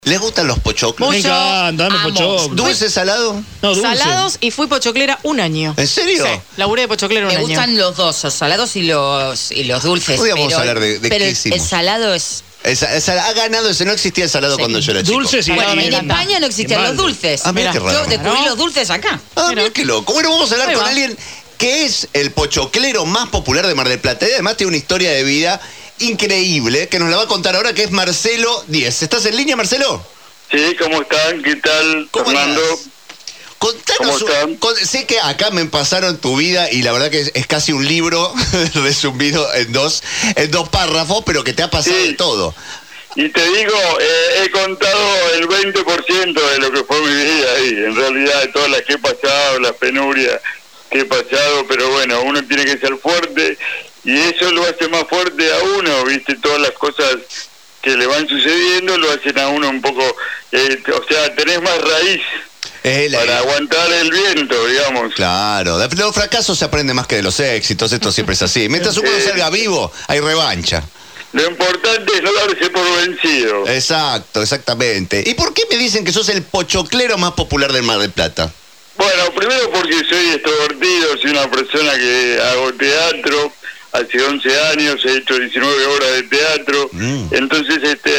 ¿Les gustan los pochoclos? Me encanta, dame pochoclo. ¿Dulce, salado? No, dulce. Salados, y fui pochoclera un año. ¿En serio? Sí, laburé de pochoclera un Me año. gustan los dos, los salados y los dulces. Hoy vamos pero, a hablar de pero qué el hicimos. salado es... Ha ganado ese, no existía el salado cuando yo era chico. Dulces y... Bueno, me En encanta. España no existían los dulces. Ah, mira qué raro. Yo descubrí ¿No? los dulces acá. Ah, Mira. mira qué loco. Bueno, vamos a hablar Ahí con va. alguien que es el pochoclero más popular de Mar del Plata. Y además tiene una historia de vida increíble que nos la va a contar ahora, que es Marcelo Díez. ¿Estás en línea, Marcelo? Sí, ¿cómo están? ¿Qué tal, ¿Cómo Fernando? andás? Contanos, ¿Cómo están? sé que acá me pasaron tu vida y la verdad que es casi un libro resumido en dos párrafos, pero que te ha pasado Sí. de todo. Y te digo, he contado el 20% de lo que fue mi vida ahí, en realidad, de todas las que he pasado, las penurias que he pasado, pero bueno, uno tiene que ser fuerte y eso lo hace más fuerte a uno, ¿viste? Todas las cosas que le van sucediendo lo hacen a uno un poco, o sea, tenés más raíz para aguantar el viento, digamos. Claro, de los fracasos se aprende más que de los éxitos, esto siempre es así. Mientras uno salga vivo, hay revancha. Lo importante es no darse por vencido. Exacto, exactamente. ¿Y por qué me dicen que sos el pochoclero más popular del Mar del Plata? Bueno, primero porque soy extrovertido, soy una persona que hago teatro, hace 11 años he hecho 19 horas de teatro, entonces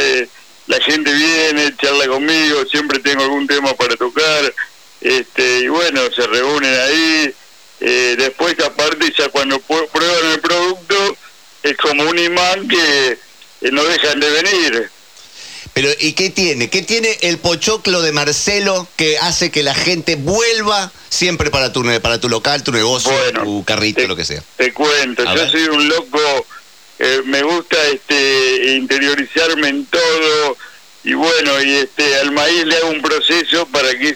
la gente viene, charla conmigo, siempre tengo algún tema para tocar, y bueno, se reúnen ahí, después aparte ya cuando prueban el producto es como un imán que no dejan de venir. Pero, ¿y qué tiene? ¿Qué tiene el pochoclo de Marcelo que hace que la gente vuelva siempre para tu local, tu negocio, Bueno, tu carrito, lo que sea? Te cuento, A yo ver. soy un loco, me gusta interiorizarme en todo y bueno, y al maíz le hago un proceso para que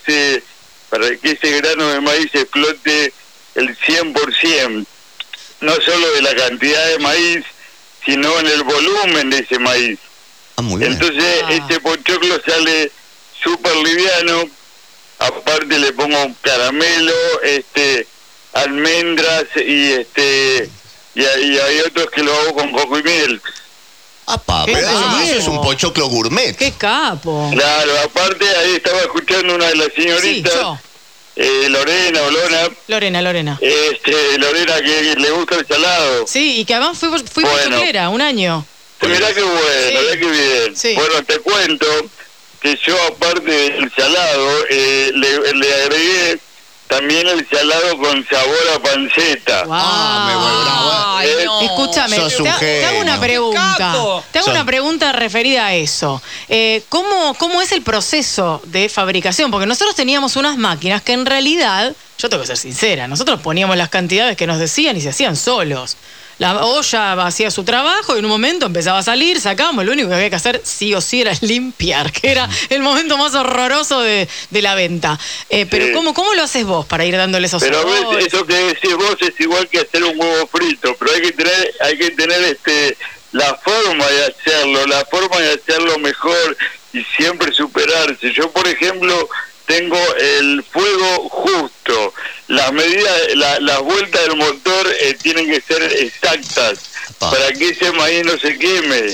ese grano de maíz explote el 100%, no solo de la cantidad de maíz, sino en el volumen de ese maíz. Ah, muy bien. Entonces este pochoclo sale súper liviano, aparte le pongo caramelo, almendras y hay otros que lo hago con coco y miel. Apá, Qué pero capo. eso es un pochoclo gourmet. ¡Qué capo! Claro, aparte ahí estaba escuchando una de las Sí, señoritas, yo. Lorena, Lorena. Lorena que le gusta el salado. Sí, y que además fui Bueno. pochoclera un año. Mirá qué bueno, Sí. mirá qué bien. Sí. Bueno, te cuento que yo aparte del salado le agregué también el salado con sabor a panceta. Wow. Me vuelvo bravo. Ay, no. Escúchame, Sos un te hago una genio. pregunta. Capo. Te hago una pregunta referida a eso. ¿Cómo es el proceso de fabricación? Porque nosotros teníamos unas máquinas que en realidad, yo tengo que ser sincera, nosotros poníamos las cantidades que nos decían y se hacían solos. La olla hacía su trabajo y en un momento empezaba a salir, sacábamos, lo único que había que hacer sí o sí era limpiar, que era el momento más horroroso de la venta. Pero Sí. ¿cómo lo haces vos para ir dándole esos Pero sabores? ves, eso que decís vos es igual que hacer un huevo frito, pero hay que tener la forma de hacerlo mejor y siempre superarse. Yo, por ejemplo, tengo el fuego justo, las medidas, las vueltas del motor tienen que ser exactas para que ese maíz no se queme.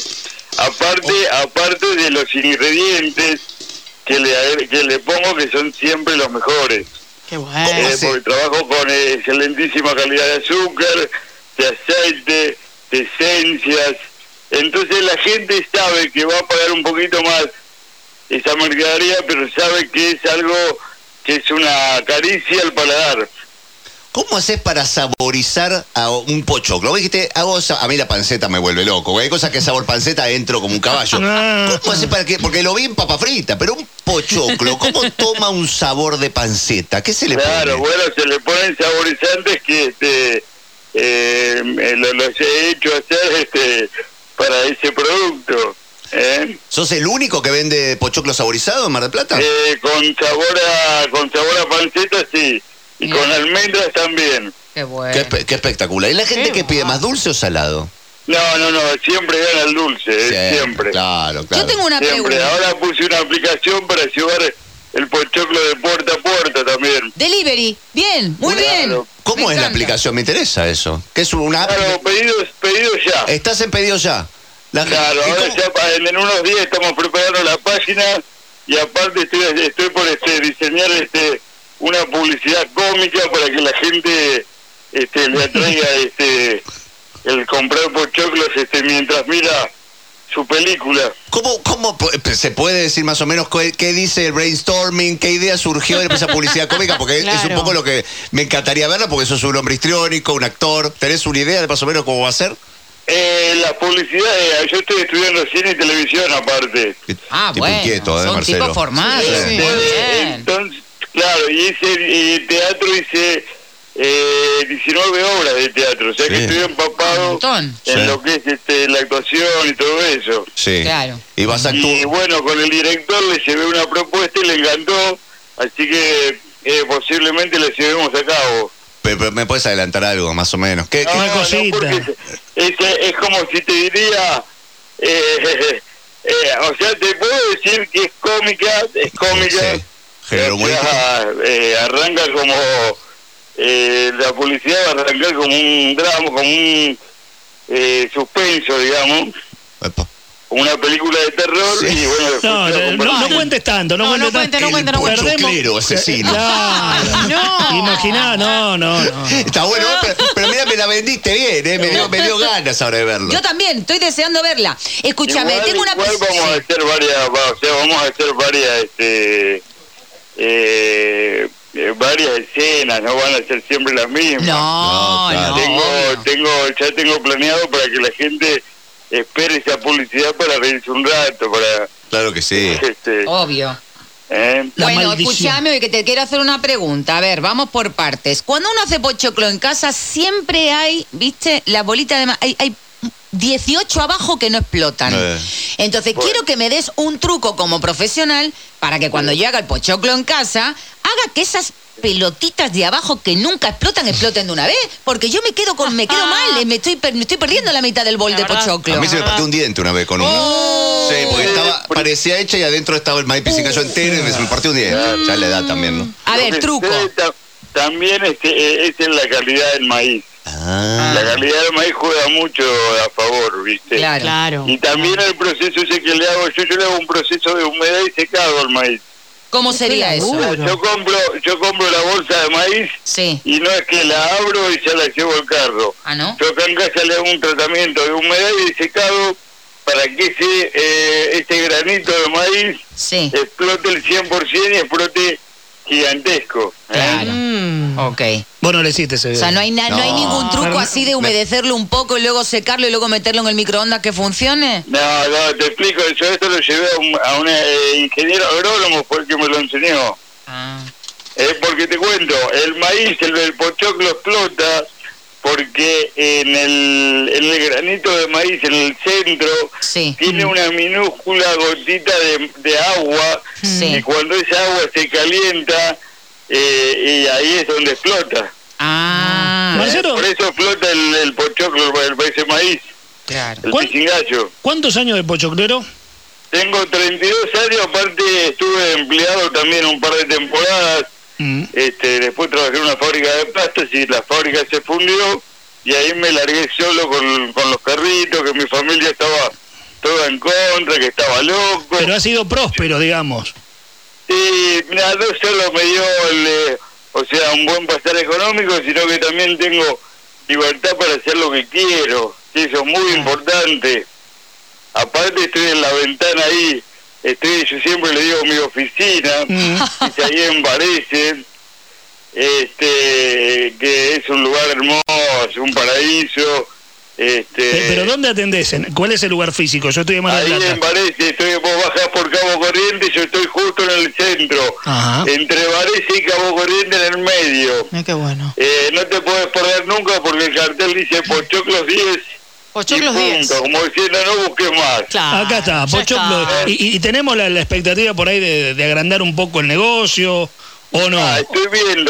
Aparte de los ingredientes que le pongo, que son siempre los mejores. Qué bueno. Porque trabajo con excelentísima calidad de azúcar, de aceite, de esencias. Entonces la gente sabe que va a pagar un poquito más esa mercadería, pero sabe que es algo que es una caricia al paladar. ¿Cómo haces para saborizar a un pochoclo? Vos dijiste, a mí la panceta me vuelve loco, güey. Hay cosas que sabor panceta entro como un caballo. ¿Cómo haces para que? Porque lo vi en papa frita, pero un pochoclo, ¿cómo toma un sabor de panceta? ¿Qué se le pone? Claro, bueno, se le ponen saborizantes que los he hecho hacer para ese producto. ¿Sos el único que vende pochoclo saborizado en Mar del Plata? Con sabor a panceta, sí. Y Bien. con almendras también. Qué bueno. Qué espectacular. ¿Y la gente Qué qué pide, guau. más dulce o salado? No, siempre gana el dulce, siempre. Claro. Yo tengo una Siempre. pregunta. Ahora puse una aplicación para llevar el pochoclo de puerta a puerta también. Delivery. Bien, muy bien. Claro. ¿Cómo Me es la encanta. aplicación? Me interesa eso. ¿Qué es una app? Claro, pedidos ya. ¿Estás en pedido ya? Claro, ¿Y ahora cómo? ya en unos días estamos preparando la página y aparte estoy por diseñar una publicidad cómica para que la gente le atraiga el comprar pochoclos mientras mira su película. ¿Cómo se puede decir más o menos qué dice el brainstorming, qué idea surgió de esa publicidad cómica? Porque Claro. es un poco lo que me encantaría verla, porque sos un hombre histriónico, un actor. ¿Tenés una idea de más o menos cómo va a ser? La publicidad, yo estoy estudiando cine y televisión aparte. Ah, Tipo bueno, inquieto, son Marcelo. tipos formados. Sí. Muy bien. Entonces, claro, y hice teatro, hice 19 obras de teatro, o sea que Sí. estoy empapado Un montón. en Sí. lo que es la actuación y todo eso. Sí. Claro. Y vas a Y actuar. bueno, con el director le llevé una propuesta y le encantó, así que posiblemente la llevemos a cabo. Pero me puedes adelantar algo, más o menos. ¿Qué? Una cosita. porque es como si te diría, o sea, te puedo decir que es cómica, Sí. Género humorístico. arranca como, la publicidad va a arrancar como un drama, como un suspenso, digamos, Epa. una película de terror, Sí. y bueno, después No, se va no, no convirtiendo- cuentes tanto, no No, cuentes no tanto. cuente, no cuente. El Perdemos. pochoclero asesino. Claro. No. Imaginá, no. Está bueno, pero mira, me la vendiste bien, me dio ganas ahora de verlo. Yo también, estoy deseando verla. Escúchame, igual, tengo una... igual vamos a hacer varias escenas, no van a ser siempre las mismas. No, No, claro. obvio. Ya tengo planeado para que la gente espere esa publicidad para reírse un rato, para Claro que sí. Obvio. La Bueno, maldición. escúchame, hoy que te quiero hacer una pregunta. A ver, vamos por partes. Cuando uno hace pochoclo en casa, siempre hay, ¿viste? La bolita de... Hay 18 abajo que no explotan. Entonces, Bueno. quiero que me des un truco como profesional para que cuando yo haga el pochoclo en casa, haga que esas pelotitas de abajo que nunca exploten de una vez. Porque yo me quedo mal, me estoy perdiendo la mitad del bol La de verdad. pochoclo. A mí se me partió un diente una vez con uno. Oh. Sí, porque parecía hecha y adentro estaba el maíz se cayó entero y se me partió un diente. Ya le da también, ¿no? A ver, truco. También es en la calidad del maíz. Ah. La calidad del maíz juega mucho a favor, ¿viste? Claro. Claro. Y también el proceso ese que le hago, yo le hago un proceso de humedad y secado al maíz. ¿Cómo sería eso? laburo. Yo compro la bolsa de maíz Sí. y no es que la abro y ya la llevo al carro. Ah, ¿no? Yo acá en casa le hago un tratamiento de humedad y de secado para que ese granito de maíz Sí. explote el 100% y explote gigantesco. Claro. Ok. Vos no le hiciste ese. O sea, no hay ningún truco Pero- así de humedecerlo un poco y luego secarlo y luego meterlo en el microondas que funcione. No, te explico, yo esto lo llevé a un ingeniero agrónomo, fue el que me lo enseñó. Porque te cuento, el maíz, el pochoclo explota porque en el granito de maíz, en el centro, Sí. tiene una minúscula gotita de agua, Sí. y cuando esa agua se calienta, y ahí es donde explota. Ah, Marcelo, Por eso explota el pochoclo, ese maíz, claro. el ¿Cuál? pisingallo. ¿cuántos años de pochoclero? Tengo 32 años, aparte estuve empleado también un par de temporadas. Después trabajé en una fábrica de pastas y la fábrica se fundió y ahí me largué solo con los carritos, que mi familia estaba toda en contra, que estaba loco. Pero ha sido próspero, digamos. Y mira, no solo me dio un buen pasar económico, sino que también tengo libertad para hacer lo que quiero, que eso es muy importante. Aparte estoy en la ventana ahí, yo siempre le digo mi oficina, que es ahí en Varese, que es un lugar hermoso, un paraíso. ¿Pero dónde atendés? ¿Cuál es el lugar físico? Yo estoy de Mar Ahí del en Plata. Varese, vos bajás por Cabo Corriente, yo estoy justo en el centro, Ajá. entre Varese y Cabo Corriente en el medio. Qué bueno. No te puedes perder nunca porque el cartel dice Pochoclos 10 Pochoclos y 10. punto, como diciendo no busques más. Claro. Acá está, ya pochoclo. está. Y tenemos la expectativa por ahí de agrandar un poco el negocio, ¿o no? Estoy viendo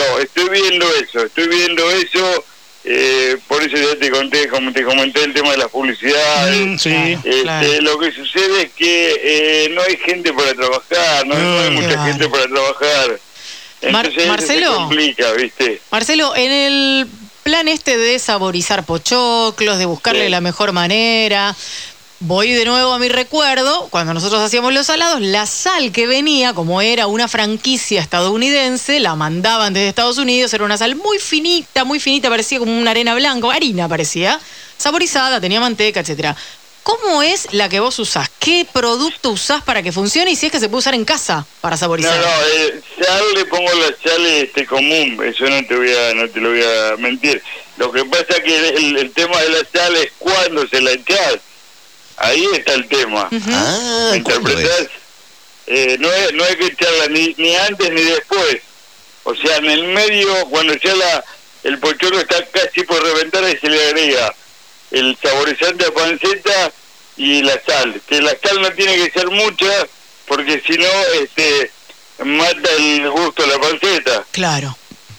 eso. Por eso ya te comenté el tema de las publicidades. Sí. Claro. Lo que sucede es que no hay gente para trabajar, no hay mucha Claro. gente para trabajar. Entonces eso Marcelo. se complica, ¿viste? Marcelo, en el plan de saborizar pochoclos, de buscarle Sí. la mejor manera, voy de nuevo a mi recuerdo, cuando nosotros hacíamos los salados, la sal que venía, como era una franquicia estadounidense, la mandaban desde Estados Unidos, era una sal muy finita, parecía como una arena blanca, harina parecía, saborizada, tenía manteca, etcétera. ¿Cómo es la que vos usás? ¿Qué producto usás para que funcione y si es que se puede usar en casa para saborizar? Sal le pongo la sal común, eso no te lo voy a mentir. Lo que pasa es que el tema de la sal es cuando se la echás. Ahí está el tema. ¿Me interpretás? No hay que echarla ni antes ni después. O sea, en el medio, cuando ya el pochoclo está casi por reventar, ahí se le agrega el saborizante a panceta y la sal. Que la sal no tiene que ser mucha, porque si no, mata el gusto de la panceta. Claro.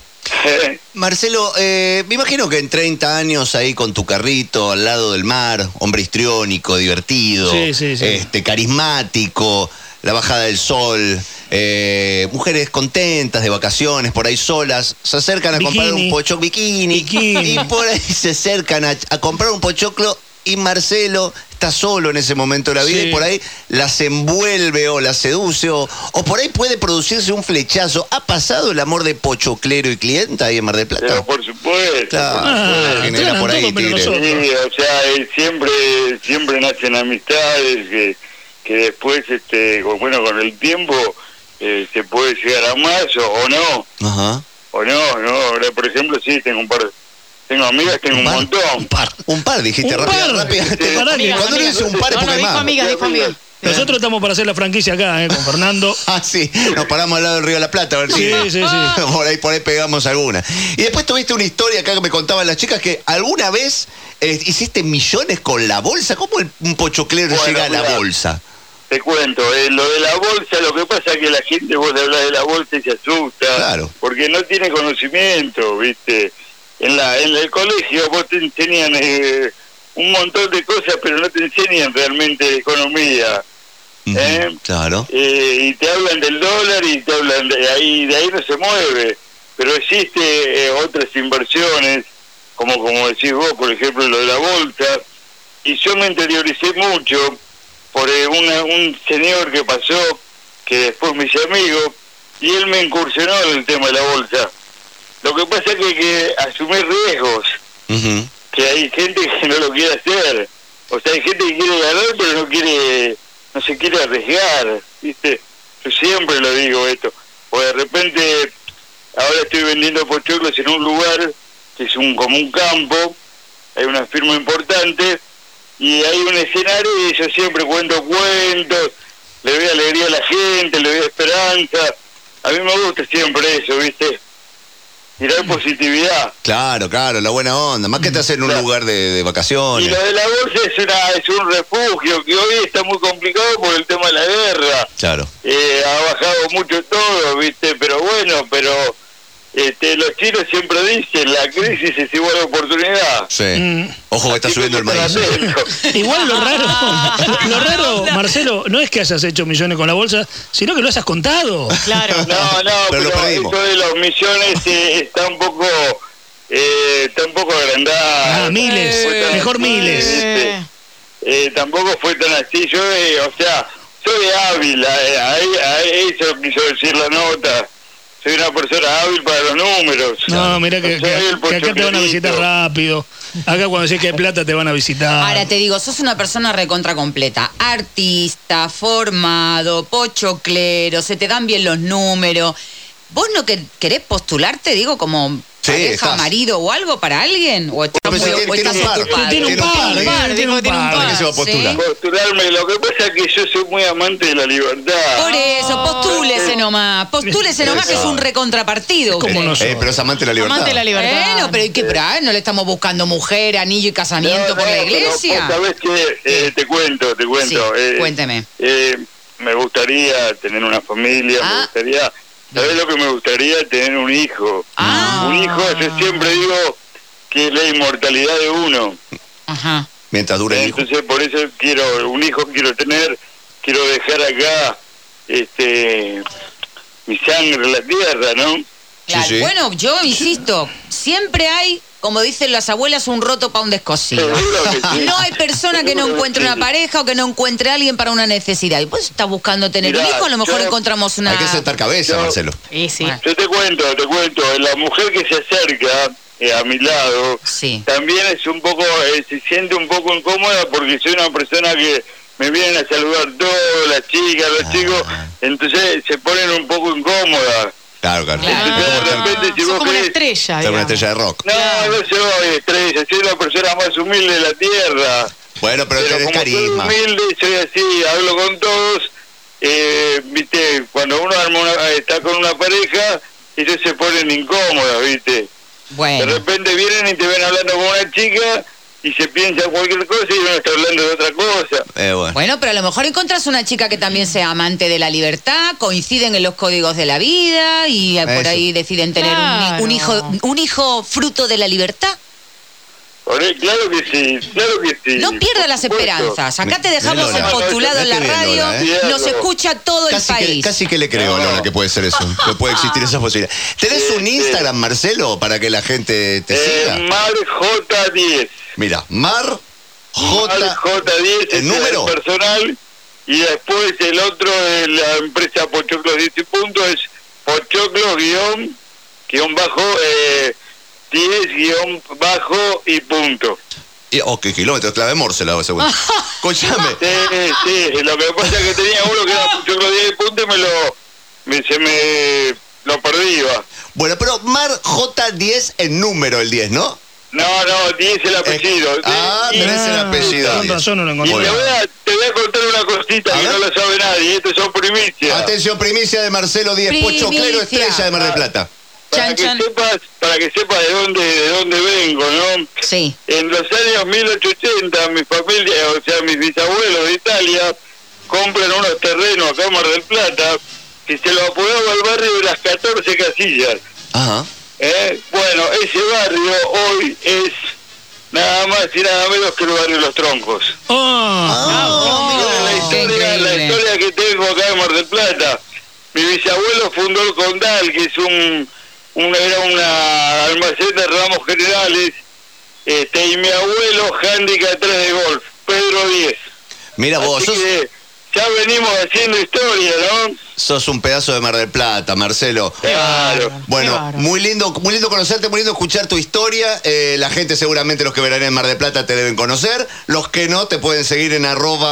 Marcelo, me imagino que en 30 años ahí con tu carrito al lado del mar, hombre histriónico, divertido, carismático, la bajada del sol, mujeres contentas de vacaciones por ahí solas, se acercan a comprar un pochoclo bikini, y por ahí se acercan a comprar un pochoclo y Marcelo está solo en ese momento de la vida y por ahí las envuelve o las seduce o por ahí puede producirse un flechazo. ¿Ha pasado el amor de pochoclero y clienta ahí en Mar del Plata? Pero por supuesto. Claro, genera por ahí, Tigre. Sí, o sea, siempre nacen amistades que después, con el tiempo se puede llegar a más o no. Ajá. O no. Ahora, por ejemplo, sí, tengo amigas, tengo un montón. Un par, dijiste rápido. Cuando uno dice un par es porque dijo más. amiga. Nosotros estamos para hacer la franquicia acá, con Fernando. Sí, nos paramos al lado del Río de la Plata a ver si por ahí pegamos alguna. Y después tuviste una historia acá que me contaban las chicas que alguna vez hiciste millones con la bolsa. ¿Cómo un pochoclero llega a la bolsa? Te cuento, lo de la bolsa, lo que pasa es que la gente, vos le hablas de la bolsa y se asusta. Claro. Porque no tiene conocimiento, ¿viste? En el colegio vos te enseñan un montón de cosas, pero no te enseñan realmente economía. Claro. Y te hablan del dólar y te hablan de ahí no se mueve. Pero existe otras inversiones, como decís vos, por ejemplo, lo de la bolsa. Y yo me interioricé mucho por un señor que pasó, que después me hice amigo, y él me incursionó en el tema de la bolsa. Lo que pasa es que hay que asumir riesgos, que hay gente que no lo quiere hacer. O sea, hay gente que quiere ganar, pero no se quiere arriesgar, ¿viste? Yo siempre lo digo esto. O de repente, ahora estoy vendiendo pochoclos en un lugar que es como un campo, hay una firma importante, y hay un escenario y yo siempre cuento cuentos, le doy alegría a la gente, le doy esperanza. A mí me gusta siempre eso, ¿viste? Tirar positividad. Claro, la buena onda. Más que te hacen en un lugar de vacaciones. Y lo de la bolsa es un refugio que hoy está muy complicado por el tema de la guerra. Claro. Ha bajado mucho todo, ¿viste? Pero bueno, los chinos siempre dicen, la crisis es igual a oportunidad. Sí. Ojo que está subiendo el maíz. Igual lo raro, Marcelo, no es que hayas hecho millones con la bolsa, sino que lo hayas contado. Claro. No, pero eso de los millones está un poco agrandado. Miles, mejor miles. Tampoco fue tan así. Yo, soy hábil, a eso quiso decir la nota. Soy una persona hábil para los números. No, mirá que acá te van a visitar rápido. Acá cuando decís que hay plata te van a visitar. Ahora te digo, sos una persona recontra completa. Artista, formado, pochoclero, se te dan bien los números. ¿Vos no querés postularte, digo, como pareja, marido o algo para alguien? ¿O estás ocupado? Tiene un par. ¿Para qué se va a postular? Postularme, lo que pasa es que yo soy muy amante de la libertad. Por eso, postúlese nomás, que es un recontrapartido. Pero es amante de la libertad. Amante de la libertad. Bueno, pero ¿y qué? ¿No le estamos buscando mujer, anillo y casamiento por la iglesia? ¿Sabés qué? Te cuento. Sí, cuénteme. Me gustaría tener una familia, me gustaría... ¿Sabés lo que me gustaría? Tener un hijo. Un hijo, yo siempre digo que es la inmortalidad de uno. Ajá. Mientras dure el hijo. Entonces, por eso quiero tener, quiero dejar acá mi sangre en la tierra, ¿no? Claro. Sí. Bueno, yo insisto, siempre hay como dicen las abuelas, un roto para un descosido. Seguro que sí. No hay persona que no Seguro encuentre que una sí. pareja o que no encuentre a alguien para una necesidad. Y pues estás buscando tener Mirá, un hijo, a lo mejor yo- encontramos una... Hay que sentar cabeza, Yo- Marcelo. Y sí. Bueno. Yo te cuento, la mujer que se acerca a mi lado, Sí. también es un poco, se siente un poco incómoda porque soy una persona que me vienen a saludar todos, las chicas, los chicos, entonces se ponen un poco incómodas. Claro. Claro. Entonces, de repente, si Sos vos como una querés- estrella, Ser una digamos. estrella de rock. No soy estrella, soy la persona más humilde de la tierra. Bueno, pero tenés como carisma. soy humilde, soy así, hablo con todos. Viste, cuando uno está con una pareja, ellos se ponen incómodos, viste. De Bueno. repente vienen y te ven hablando con una chica y se piensa cualquier cosa y uno está hablando de otra cosa. Bueno. Bueno, pero a lo mejor encontrás una chica que también sea amante de la libertad, coinciden en los códigos de la vida y por Eso. ahí deciden tener Claro. un hijo fruto de la libertad. Claro que sí, claro que sí. No pierdas las por supuesto. esperanzas. Acá te dejamos Lola. empostulado en la Vete bien, radio, Lola, ¿eh? nos escucha todo el país. Casi que le creo, No. Lola, que puede ser eso. Que puede existir esa posibilidad. ¿Tenés un Instagram, Marcelo, para que la gente te siga? MarJ10. Mira, Mar J. MarJ10 es ¿El número? el personal y después el otro de la empresa Pochoclos 10 y punto es Pochoclos guión bajo 10 guión bajo y punto. ¿Qué kilómetros? Clave Morse la hago seguro. Escúchame. Sí, lo que pasa es que tenía uno que era Pochoclos 10 y punto y se me lo perdí, va. Bueno, pero Mar J10 en número el 10, ¿no? No, 10 es el apellido. Tenés el apellido. Con 10. razón no lo Y encontré. te voy a contar una cosita A que ver. no lo sabe nadie, esto son primicias. Atención, primicia de Marcelo 10, Primicia. pochoclero estrella de Mar del Plata. Para Chan, que chan. sepas de dónde vengo, ¿no? Sí. En los años 1880, mi familia, o sea, mis bisabuelos de Italia, compran unos terrenos acá en Mar del Plata que se lo apodaba al barrio de las 14 casillas. Ajá. Bueno, ese barrio hoy es nada más y nada menos que el barrio de Los Troncos. Qué La increíble. historia que tengo acá en Mar del Plata. Mi bisabuelo fundó el Condal, que es era una almacén de ramos generales, y mi abuelo handicap 3 de golf, Pedro 10. Mira vos, Así que ya venimos haciendo historia, ¿no? sos un pedazo de Mar del Plata, Marcelo. Claro. Bueno, Qué bárbaro. muy lindo conocerte, muy lindo escuchar tu historia. La gente seguramente, los que verán en Mar del Plata, te deben conocer. Los que no, te pueden seguir en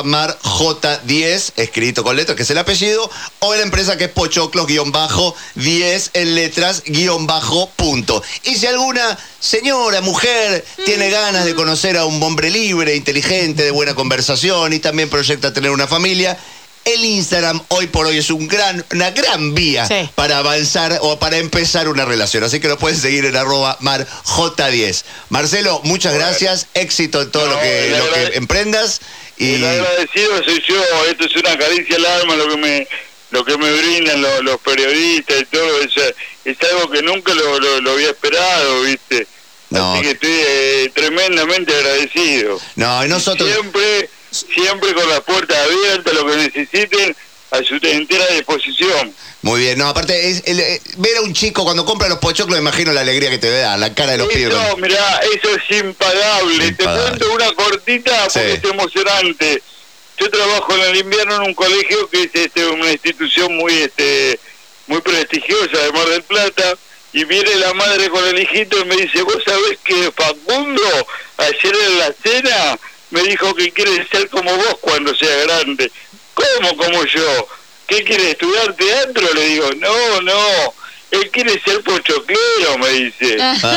@marj10, escrito con letras, que es el apellido, o en la empresa que es pochoclos-10 en letras _punto. Y si alguna señora, mujer, tiene ganas de conocer a un hombre libre, inteligente, de buena conversación y también proyecta tener una familia, el Instagram hoy por hoy es una gran vía Sí. para avanzar o para empezar una relación. Así que lo pueden seguir en @marj10. Marcelo, muchas gracias. Éxito en todo No, lo que emprendas. Y El agradecido soy yo, esto es una caricia al alma lo que me brindan los periodistas y todo eso, es algo que nunca lo había esperado, ¿viste? No. Así que estoy tremendamente agradecido. no, y nosotros... Siempre con las puertas abiertas, lo que necesiten, a su entera disposición. Muy bien, no, aparte, ver a un chico cuando compra los pochoclos, me imagino la alegría que te da, la cara de los pibes. Eso, mirá, eso es impagable. Impagable. Te cuento una cortita porque Sí. es emocionante. Yo trabajo en el invierno en un colegio que es una institución muy prestigiosa de Mar del Plata, y viene la madre con el hijito y me dice, ¿vos sabés que Facundo ayer en la cena me dijo que quiere ser como vos cuando sea grande? ¿Cómo como yo? ¿Qué quiere, estudiar teatro? Le digo, no, él quiere ser pochoclero, me dice.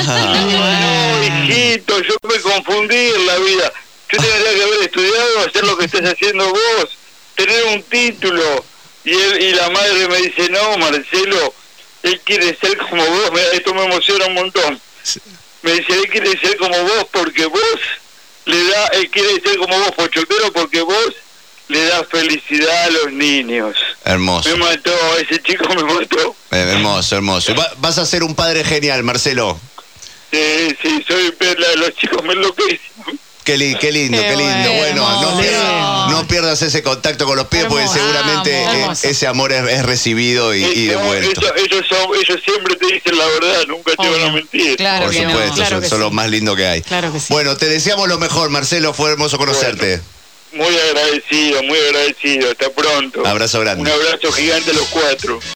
No, hijito, yo me confundí en la vida. Yo tendría que haber estudiado, hacer lo que estás haciendo vos, tener un título. Y la madre me dice, no, Marcelo, él quiere ser como vos. Mira, esto me emociona un montón. Me dice, él quiere ser como vos porque vos él quiere ser como vos, pochoclero, porque vos le das felicidad a los niños. Hermoso. Me mató, ese chico me mató. Hermoso. Y vas a ser un padre genial, Marcelo. Sí, los chicos me enloquecen. Qué lindo, qué lindo. Bueno, no pierdas ese contacto con los pibes porque seguramente ese amor es recibido y devuelto. Ellos siempre te dicen la verdad, nunca te van a mentir. Claro, Por que supuesto, no. Claro que son sí. lo más lindo que hay. Claro que sí. Bueno, te deseamos lo mejor, Marcelo, fue hermoso conocerte. Muy agradecido, hasta pronto. Abrazo grande. Un abrazo gigante a los 4.